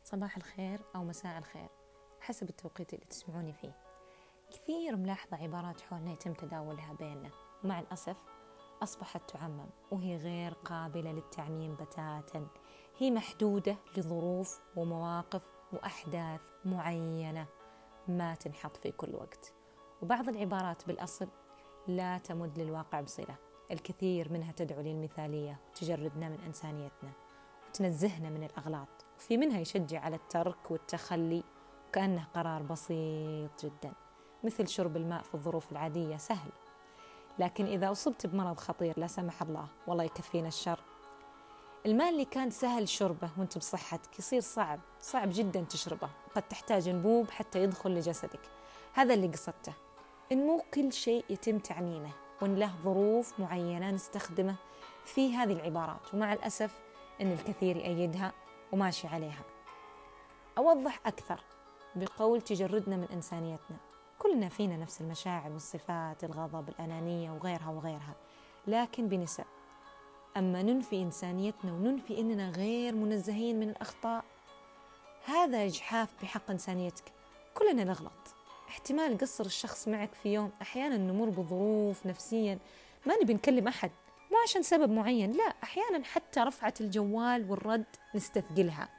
صباح الخير أو مساء الخير حسب التوقيت اللي تسمعوني فيه. كثير ملاحظة عبارات حولنا يتم تداولها بيننا، ومع الأسف أصبحت تعمم وهي غير قابلة للتعميم بتاتا. هي محدودة لظروف ومواقف وأحداث معينة ما تنحط في كل وقت. وبعض العبارات بالأصل لا تمد للواقع بصلة. الكثير منها تدعو للمثالية وتجردنا من إنسانيتنا وتنزهنا من الأغلاط، وفي منها يشجع على الترك والتخلي وكأنه قرار بسيط جدا، مثل شرب الماء في الظروف العادية سهل، لكن إذا أصبت بمرض خطير لا سمح الله والله يكفينا الشر، الماء اللي كان سهل شربه وانت بصحتك يصير صعب جدا تشربه، قد تحتاج انبوب حتى يدخل لجسدك. هذا اللي قصدته، إن مو كل شيء يتم تعميمه، وإن له ظروف معينة نستخدمه في هذه العبارات، ومع الأسف إن الكثير يأيدها وماشي عليها. أوضح أكثر بقول تجردنا من إنسانيتنا. كلنا فينا نفس المشاعر والصفات، الغضب، الأنانية وغيرها، لكن بنسب. أما ننفي إنسانيتنا وننفي إننا غير منزهين من الأخطاء، هذا إجحاف بحق إنسانيتك. كلنا نغلط، احتمال قصر الشخص معك في يوم، أحيانا نمر بظروف نفسيا ما نبي نكلم أحد، مو عشان سبب معين، لا، أحيانا حتى رفعة الجوال والرد نستثقلها.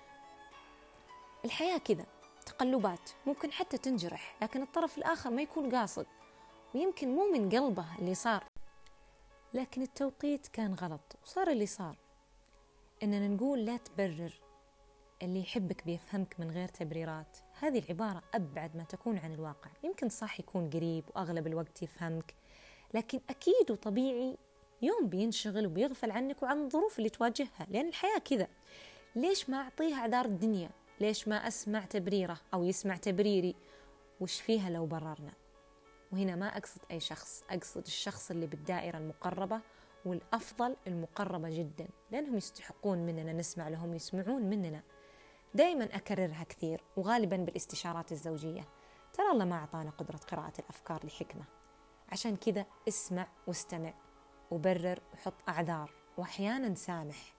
الحياة كذا تقلبات، ممكن حتى تنجرح، لكن الطرف الآخر ما يكون قاصد، ويمكن مو من قلبه اللي صار، لكن التوقيت كان غلط وصار اللي صار. إننا نقول لا تبرر، اللي يحبك بيفهمك من غير تبريرات. هذه العبارة أبعد ما تكون عن الواقع. يمكن صح يكون قريب وأغلب الوقت يفهمك، لكن أكيد وطبيعي يوم بينشغل وبيغفل عنك وعن الظروف اللي تواجهها، لأن الحياة كذا. ليش ما أعطيها أعذار الدنيا؟ ليش ما أسمع تبريره أو يسمع تبريري؟ وش فيها لو بررنا؟ وهنا ما أقصد أي شخص، أقصد الشخص اللي بالدائرة المقربة، والأفضل المقربة جدا، لأنهم يستحقون مننا نسمع لهم، يسمعون مننا. دائما أكررها كثير وغالبا بالاستشارات الزوجية، ترى الله ما أعطانا قدرة قراءة الأفكار لحكمة، عشان كذا اسمع واستمع وبرر وحط أعذار وأحيانا سامح.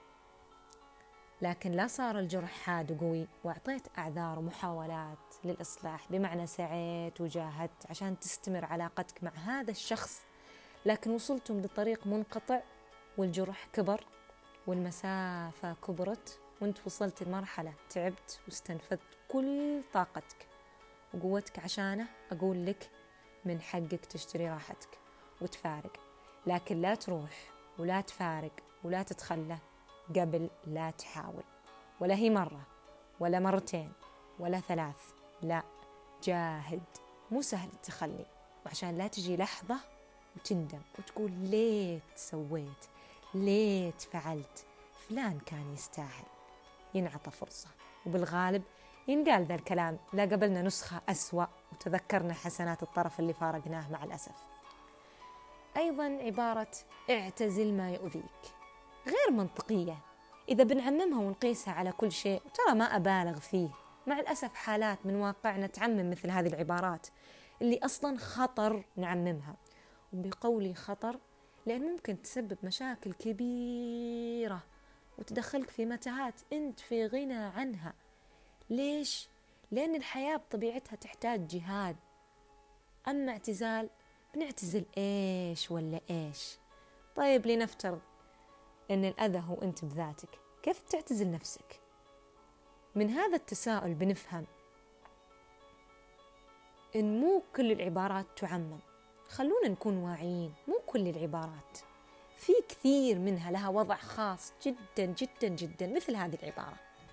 لكن لا صار الجرح حاد وقوي وأعطيت أعذار ومحاولات للإصلاح، بمعنى سعيت وجاهدت عشان تستمر علاقتك مع هذا الشخص، لكن وصلتم لطريق منقطع والجرح كبر والمسافة كبرت، وانت وصلت لمرحلة تعبت واستنفذت كل طاقتك وقوتك عشانه. أقول لك من حقك تشتري راحتك وتفارق، لكن لا تروح ولا تفارق ولا تتخلى قبل لا تحاول. ولا هي مرة ولا مرتين ولا ثلاث، لا، جاهد. مو سهل التخلي، وعشان لا تجي لحظة وتندم وتقول ليت سويت، ليت فعلت، فلان كان يستاهل. ينعطى فرصة، وبالغالب ينقال ذا الكلام لا قبلنا نسخة أسوأ وتذكرنا حسنات الطرف اللي فارقناه مع الأسف. أيضا عبارة اعتزل ما يؤذيك غير منطقية إذا بنعممها ونقيسها على كل شيء، ترى ما أبالغ فيه. مع الأسف حالات من واقعنا تعمم مثل هذه العبارات اللي أصلا خطر نعممها. وبقولي خطر لأن ممكن تسبب مشاكل كبيرة وتدخلك في متاهات أنت في غنى عنها. ليش؟ لأن الحياة بطبيعتها تحتاج جهاد. أما اعتزال، بنعتزل إيش ولا إيش؟ طيب لنفترض أن الأذى هو أنت بذاتك، كيف تعتزل نفسك؟ من هذا التساؤل بنفهم إن مو كل العبارات تعمم. خلونا نكون واعيين، مو كل العبارات، في كثير منها لها وضع خاص جدا جدا جدا، مثل هذه العبارة.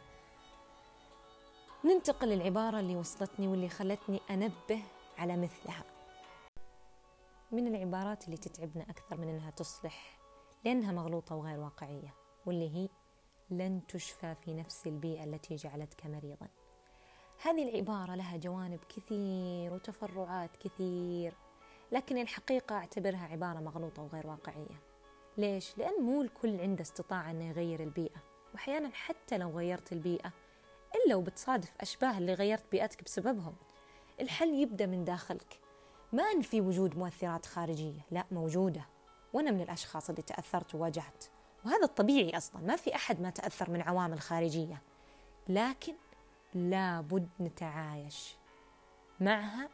ننتقل للعبارة اللي وصلتني واللي خلتني أنبه على مثلها. من العبارات اللي تتعبنا أكثر من أنها تصلح، لأنها مغلوطة وغير واقعية، واللي هي لن تشفى في نفس البيئة التي جعلتك مريضا. هذه العبارة لها جوانب كثير وتفرعات كثير، لكن الحقيقة أعتبرها عبارة مغلوطة وغير واقعية. ليش؟ لأن مو الكل عنده استطاعة أنه يغير البيئة، وأحيانا حتى لو غيرت البيئة إلا وبتصادف أشباه اللي غيرت بيئتك بسببهم. الحل يبدأ من داخلك. ما أنفي وجود مؤثرات خارجية، لا، موجودة، وأنا من الأشخاص اللي تأثرت وواجهت، وهذا الطبيعي أصلا، ما في أحد ما تأثر من عوامل خارجية. لكن لابد نتعايش معها،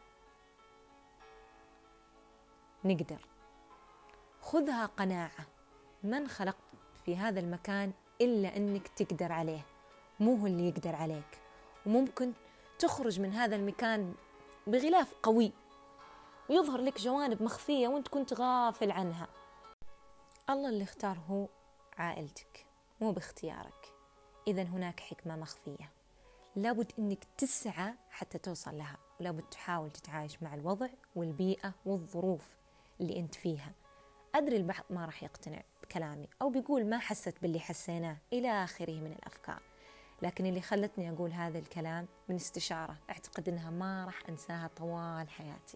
نقدر. خذها قناعة، من خلقت في هذا المكان إلا أنك تقدر عليه، مو هو اللي يقدر عليك. وممكن تخرج من هذا المكان بغلاف قوي ويظهر لك جوانب مخفية وانت كنت غافل عنها. الله اللي اختار هو عائلتك، مو باختيارك. إذن هناك حكمة مخفية لابد أنك تسعى حتى توصل لها، ولابد تحاول تتعايش مع الوضع والبيئة والظروف اللي أنت فيها. أدري البعض ما راح يقتنع بكلامي أو بيقول ما حست باللي حسيناه إلى آخره من الأفكار، لكن اللي خلتني أقول هذا الكلام من استشارة أعتقد أنها ما راح أنساها طوال حياتي.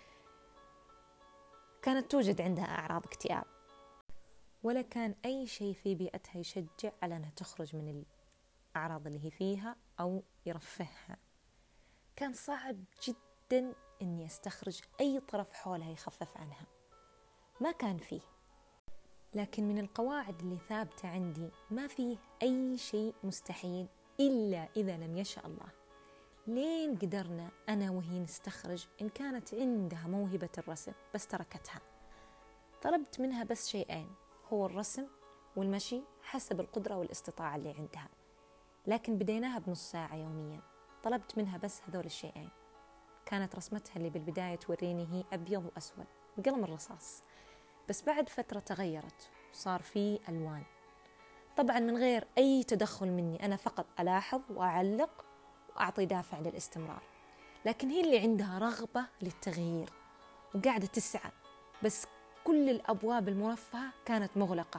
كانت توجد عندها أعراض اكتئاب، ولا كان أي شيء في بيئتها يشجع على أنها تخرج من الأعراض اللي هي فيها أو يرفهها. كان صعب جدا أني أستخرج أي طرف حولها يخفف عنها، ما كان فيه. لكن من القواعد اللي ثابتة عندي، ما فيه أي شيء مستحيل إلا إذا لم يشاء الله. لين قدرنا أنا وهي نستخرج إن كانت عندها موهبة الرسم بس تركتها. طلبت منها بس شيئين، هو الرسم والمشي حسب القدرة والاستطاعة اللي عندها، لكن بديناها بنص ساعة يوميا. طلبت منها بس هذول الشيئين. كانت رسمتها اللي بالبداية توريني هي أبيض وأسود بقلم الرصاص، بس بعد فترة تغيرت وصار فيه ألوان، طبعا من غير أي تدخل مني، أنا فقط ألاحظ وأعلق وأعطي دافع للاستمرار. لكن هي اللي عندها رغبة للتغيير وقاعدة تسعى، بس كل الأبواب المرفهة كانت مغلقة.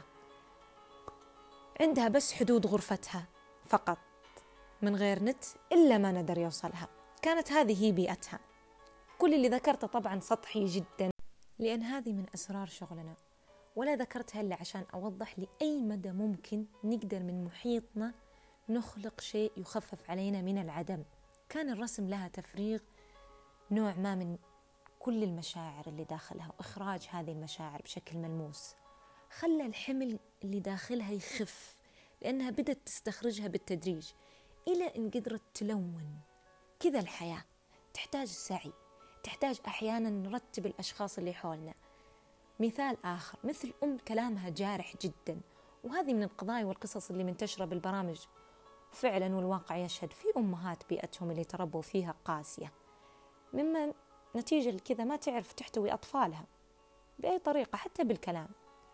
عندها بس حدود غرفتها فقط من غير نت إلا ما ندر يوصلها. كانت هذه هي بيئتها. كل اللي ذكرته طبعا سطحي جدا، لأن هذه من أسرار شغلنا، ولا ذكرتها إلا عشان أوضح لأي مدى ممكن نقدر من محيطنا نخلق شيء يخفف علينا من العدم. كان الرسم لها تفريغ نوع ما من كل المشاعر اللي داخلها وإخراج هذه المشاعر بشكل ملموس، خلى الحمل اللي داخلها يخف، لأنها بدأت تستخرجها بالتدريج إلى أن قدرت تلون. كذا الحياة تحتاج سعي، تحتاج أحيانا نرتب الأشخاص اللي حولنا. مثال آخر مثل كلامها جارح جدا، وهذه من القضايا والقصص اللي منتشرة بالبرامج فعلا، والواقع يشهد في أمهات بيئتهم اللي تربوا فيها قاسية، مما نتيجة لكذا ما تعرف تحتوي أطفالها بأي طريقة حتى بالكلام.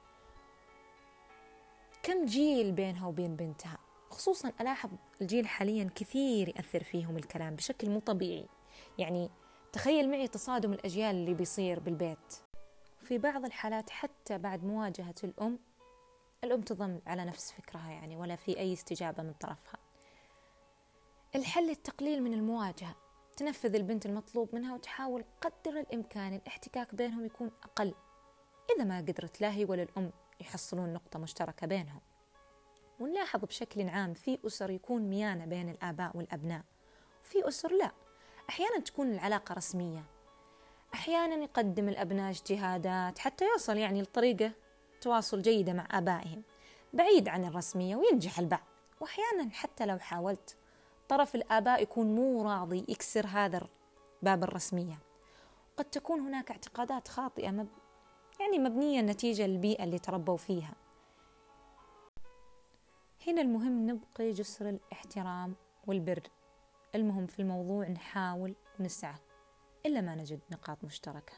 كم جيل بينها وبين بنتها، خصوصا ألاحظ الجيل حاليا كثير يأثر فيهم الكلام بشكل مو طبيعي. يعني تخيل معي تصادم الأجيال اللي بيصير بالبيت. في بعض الحالات حتى بعد مواجهة الأم تظل على نفس فكرها، يعني ولا في أي استجابة من طرفها. الحل التقليل من المواجهة، تنفذ البنت المطلوب منها وتحاول قدر الإمكان الاحتكاك بينهم يكون أقل. إذا ما قدرت لا هي ولا الأم يحصلون نقطة مشتركة بينهم. ونلاحظ بشكل عام في أسر يكون ميانة بين الآباء والأبناء، وفي أسر لا. أحيانا تكون العلاقة رسمية، أحيانا يقدم الأبناء اجتهادات حتى يوصل يعني لطريقة تواصل جيدة مع آبائهم بعيد عن الرسمية وينجح البعض. وأحيانا حتى لو حاولت طرف الآباء يكون مو راضي يكسر هذا باب الرسمية. قد تكون هناك اعتقادات خاطئة يعني مبنية نتيجة للبيئة اللي تربوا فيها. هنا المهم نبقي جسر الاحترام والبر. المهم في الموضوع نحاول ونسعى إلا ما نجد نقاط مشتركة.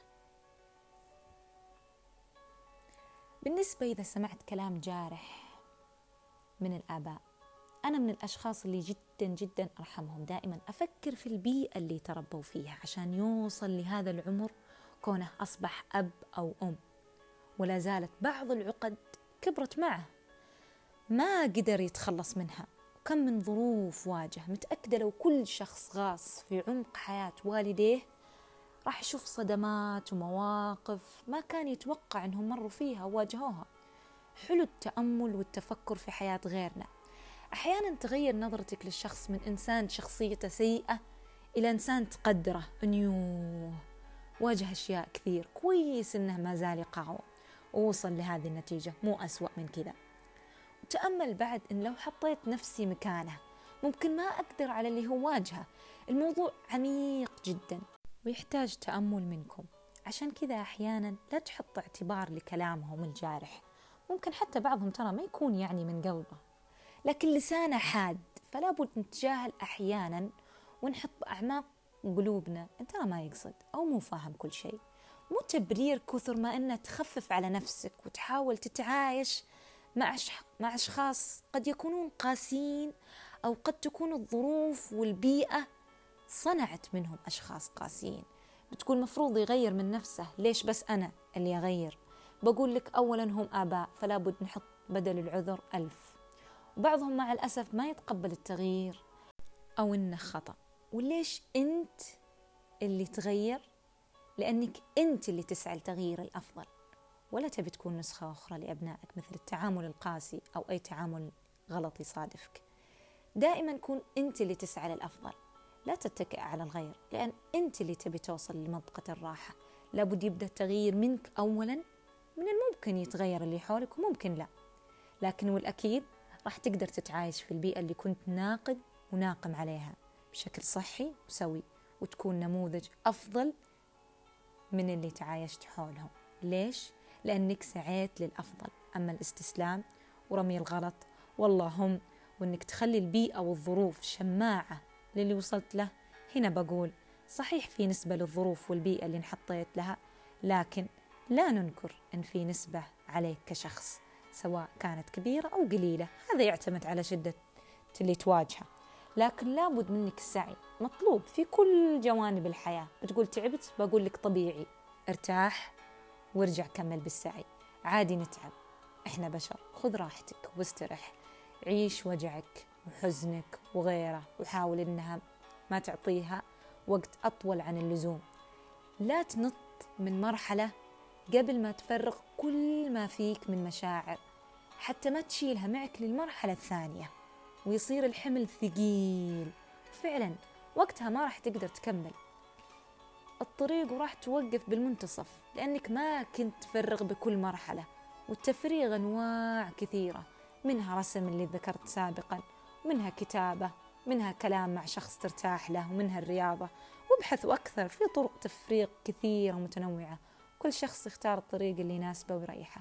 بالنسبة إذا سمعت كلام جارح من الآباء، أنا من الأشخاص اللي جدا جدا أرحمهم. دائما أفكر في البيئة اللي تربوا فيها عشان يوصل لهذا العمر كونه أصبح أب أو أم، ولا زالت بعض العقد كبرت معه ما قدر يتخلص منها. كم من ظروف واجه. متأكدة لو كل شخص غاص في عمق حياة والديه راح يشوف صدمات ومواقف ما كان يتوقع أنهم مروا فيها وواجهوها. حلو التأمل والتفكر في حياة غيرنا. أحيانا تغير نظرتك للشخص من إنسان شخصيته سيئة إلى إنسان تقدره، أنه واجه أشياء كثير، كويس إنه ما زال يقاوم ووصل لهذه النتيجة، مو أسوأ من كذا. وتأمل بعد إن لو حطيت نفسي مكانه ممكن ما أقدر على اللي هو واجهه. الموضوع عميق جدا ويحتاج تأمل منكم. عشان كذا أحيانا لا تحط اعتبار لكلامهم الجارح. ممكن حتى بعضهم ترى ما يكون يعني من قلبه، لكن لسانه حاد، فلا بد نتجاهل أحيانا ونحط بأعماق قلوبنا أنت ترى ما يقصد أو مو فاهم كل شيء. مو تبرير كثر ما أنه تخفف على نفسك وتحاول تتعايش مع أشخاص قد يكونون قاسين، أو قد تكون الظروف والبيئة صنعت منهم أشخاص قاسيين. بتقول مفروض يغير من نفسه، ليش بس أنا اللي أغير؟ بقول لك أولا هم آباء، فلا بد نحط بدل العذر 1000. وبعضهم مع الأسف ما يتقبل التغيير أو إنه خطأ. وليش أنت اللي تغير؟ لأنك أنت اللي تسعى لتغيير الأفضل، ولا تبي تكون نسخة أخرى لأبنائك مثل التعامل القاسي أو أي تعامل غلط يصادفك. دائما كون أنت اللي تسعى للأفضل، لا تتكئ على الغير، لأن أنت اللي تبي توصل لمنطقة الراحة. لابد يبدأ التغيير منك أولا. من الممكن يتغير اللي حولك وممكن لا، لكن والأكيد راح تقدر تتعايش في البيئة اللي كنت ناقد وناقم عليها بشكل صحي وسوي، وتكون نموذج أفضل من اللي تعايشت حولهم. ليش؟ لأنك سعيت للأفضل. أما الاستسلام ورمي الغلط والله هم، وأنك تخلي البيئة والظروف شماعة للي وصلت له، هنا بقول صحيح في نسبة للظروف والبيئة اللي انحطيت لها، لكن لا ننكر أن في نسبة عليك كشخص، سواء كانت كبيرة أو قليلة. هذا يعتمد على شدة اللي تواجهه، لكن لابد منك السعي مطلوب في كل جوانب الحياة. بتقول تعبت، بقول لك طبيعي، ارتاح وارجع كمل بالسعي. عادي نتعب، احنا بشر، خذ راحتك واسترح. عيش وجعك وحزنك وغيره، وحاول انها ما تعطيها وقت أطول عن اللزوم. لا تنط من مرحلة قبل ما تفرغ كل ما فيك من مشاعر، حتى ما تشيلها معك للمرحلة الثانية ويصير الحمل ثقيل. فعلا وقتها ما راح تقدر تكمل الطريق وراح توقف بالمنتصف، لأنك ما كنت تفرغ بكل مرحلة. والتفريغ أنواع كثيرة، منها رسم اللي ذكرت سابقا، منها كتابة، منها كلام مع شخص ترتاح له، ومنها الرياضة. وابحثوا أكثر في طرق تفريغ كثيرة ومتنوعة، كل شخص يختار الطريق اللي يناسبه ويريحه.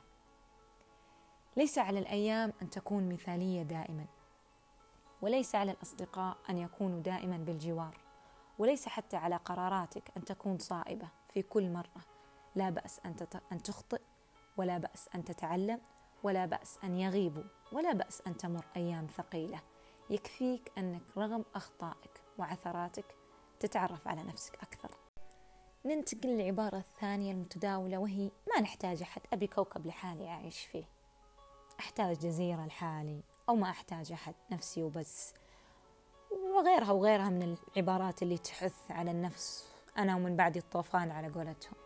ليس على الأيام أن تكون مثالية دائما، وليس على الأصدقاء أن يكونوا دائما بالجوار، وليس حتى على قراراتك أن تكون صائبة في كل مرة. لا بأس أن تخطئ، ولا بأس أن تتعلم، ولا بأس أن يغيبوا، ولا بأس أن تمر أيام ثقيلة. يكفيك أنك رغم أخطائك وعثراتك تتعرف على نفسك أكثر. ننتقل للعبارة الثانية المتداولة، وهي ما نحتاج أحد، أبي كوكب لحالي أعيش فيه، أحتاج جزيرة لحالي، أو ما أحتاج أحد، نفسي وبس. وغيرها وغيرها من العبارات اللي تحث على النفس، أنا ومن بعد الطوفان على قولتهم،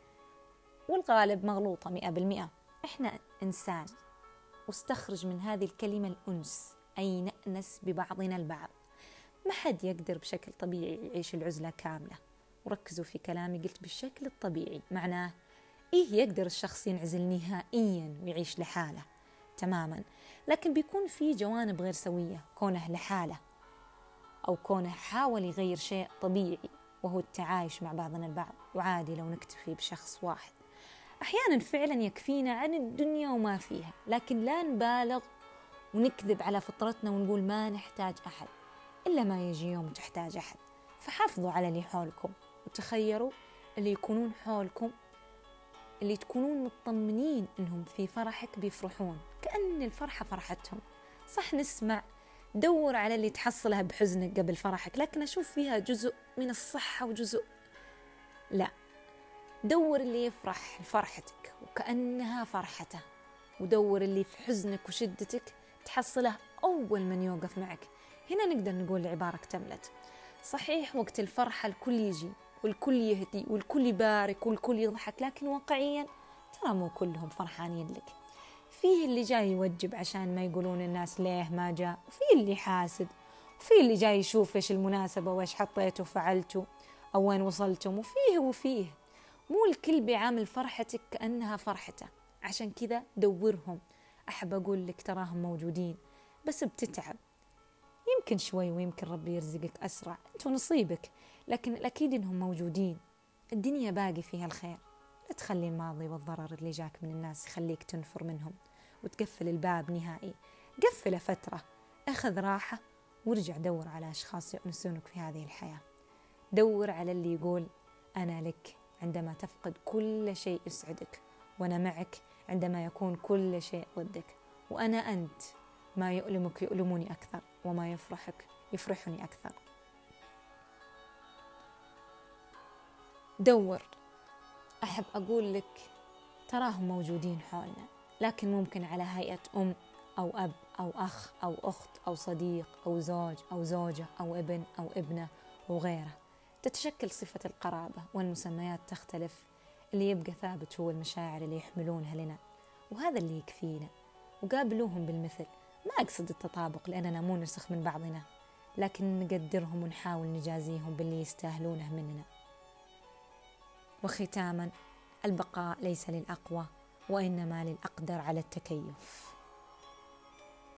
والغالب مغلوطة 100%. إحنا إنسان، واستخرج من هذه الكلمة الأنس، أي نأنس ببعضنا البعض. ما حد يقدر بشكل طبيعي يعيش العزلة كاملة. وركزوا في كلامي، قلت بالشكل الطبيعي، معناه إيه يقدر الشخص ينعزل نهائيا ويعيش لحاله تماما، لكن بيكون في جوانب غير سوية كونه لحاله، أو كونه حاول يغير شيء طبيعي وهو التعايش مع بعضنا البعض. وعادي لو نكتفي بشخص واحد، أحيانا فعلا يكفينا عن الدنيا وما فيها، لكن لا نبالغ ونكذب على فطرتنا ونقول ما نحتاج أحد، إلا ما يجي يوم تحتاج أحد. فحافظوا على اللي حولكم، وتخيروا اللي يكونون حولكم، اللي تكونون مطمنين إنهم في فرحك بيفرحون كأن الفرحة فرحتهم. صح نسمع دور على اللي تحصلها بحزنك قبل فرحك، لكن أشوف فيها جزء من الصحة وجزء لا. دور اللي يفرح لفرحتك وكأنها فرحته، ودور اللي في حزنك وشدتك تحصله أول من يوقف معك. هنا نقدر نقول العبارة اكتملت. صحيح وقت الفرحة الكل يجي والكل يهدي والكل يبارك والكل يضحك، لكن واقعيا ترى مو كلهم فرحانين لك. فيه اللي جاي يوجب عشان ما يقولون الناس ليه ما جاء، وفيه اللي حاسد، وفيه اللي جاي يشوف إيش المناسبة وإيش حطيته وفعلته أو وين وصلتم، وفيه مو الكل بيعامل فرحتك كأنها فرحته. عشان كذا دورهم. أحب أقول لك تراهم موجودين، بس بتتعب. يمكن شوي ويمكن ربي يرزقك أسرع، أنت نصيبك، لكن الأكيد إنهم موجودين. الدنيا باقي فيها الخير. لا تخلي الماضي والضرر اللي جاك من الناس يخليك تنفر منهم وتقفل الباب نهائي. قفله فترة، أخذ راحة، وارجع دور على أشخاص يؤنسونك في هذه الحياة. دور على اللي يقول أنا لك عندما تفقد كل شيء يسعدك، وأنا معك عندما يكون كل شيء ضدك، وأنا أنت ما يؤلمك يؤلمني أكثر، وما يفرحك يفرحني أكثر. دور. أحب أقول لك تراهم موجودين حولنا، لكن ممكن على هيئة أم أو أب أو أخ أو أخت أو صديق أو زوج أو زوجة أو ابن أو ابنة وغيره. تتشكل صفة القرابة والمسميات تختلف، اللي يبقى ثابت هو المشاعر اللي يحملونها لنا، وهذا اللي يكفينا. وقابلوهم بالمثل، ما أقصد التطابق لأننا مو نسخ من بعضنا، لكن نقدرهم ونحاول نجازيهم باللي يستاهلونه مننا. وختاما، البقاء ليس للأقوى وإنما للأقدر على التكيف.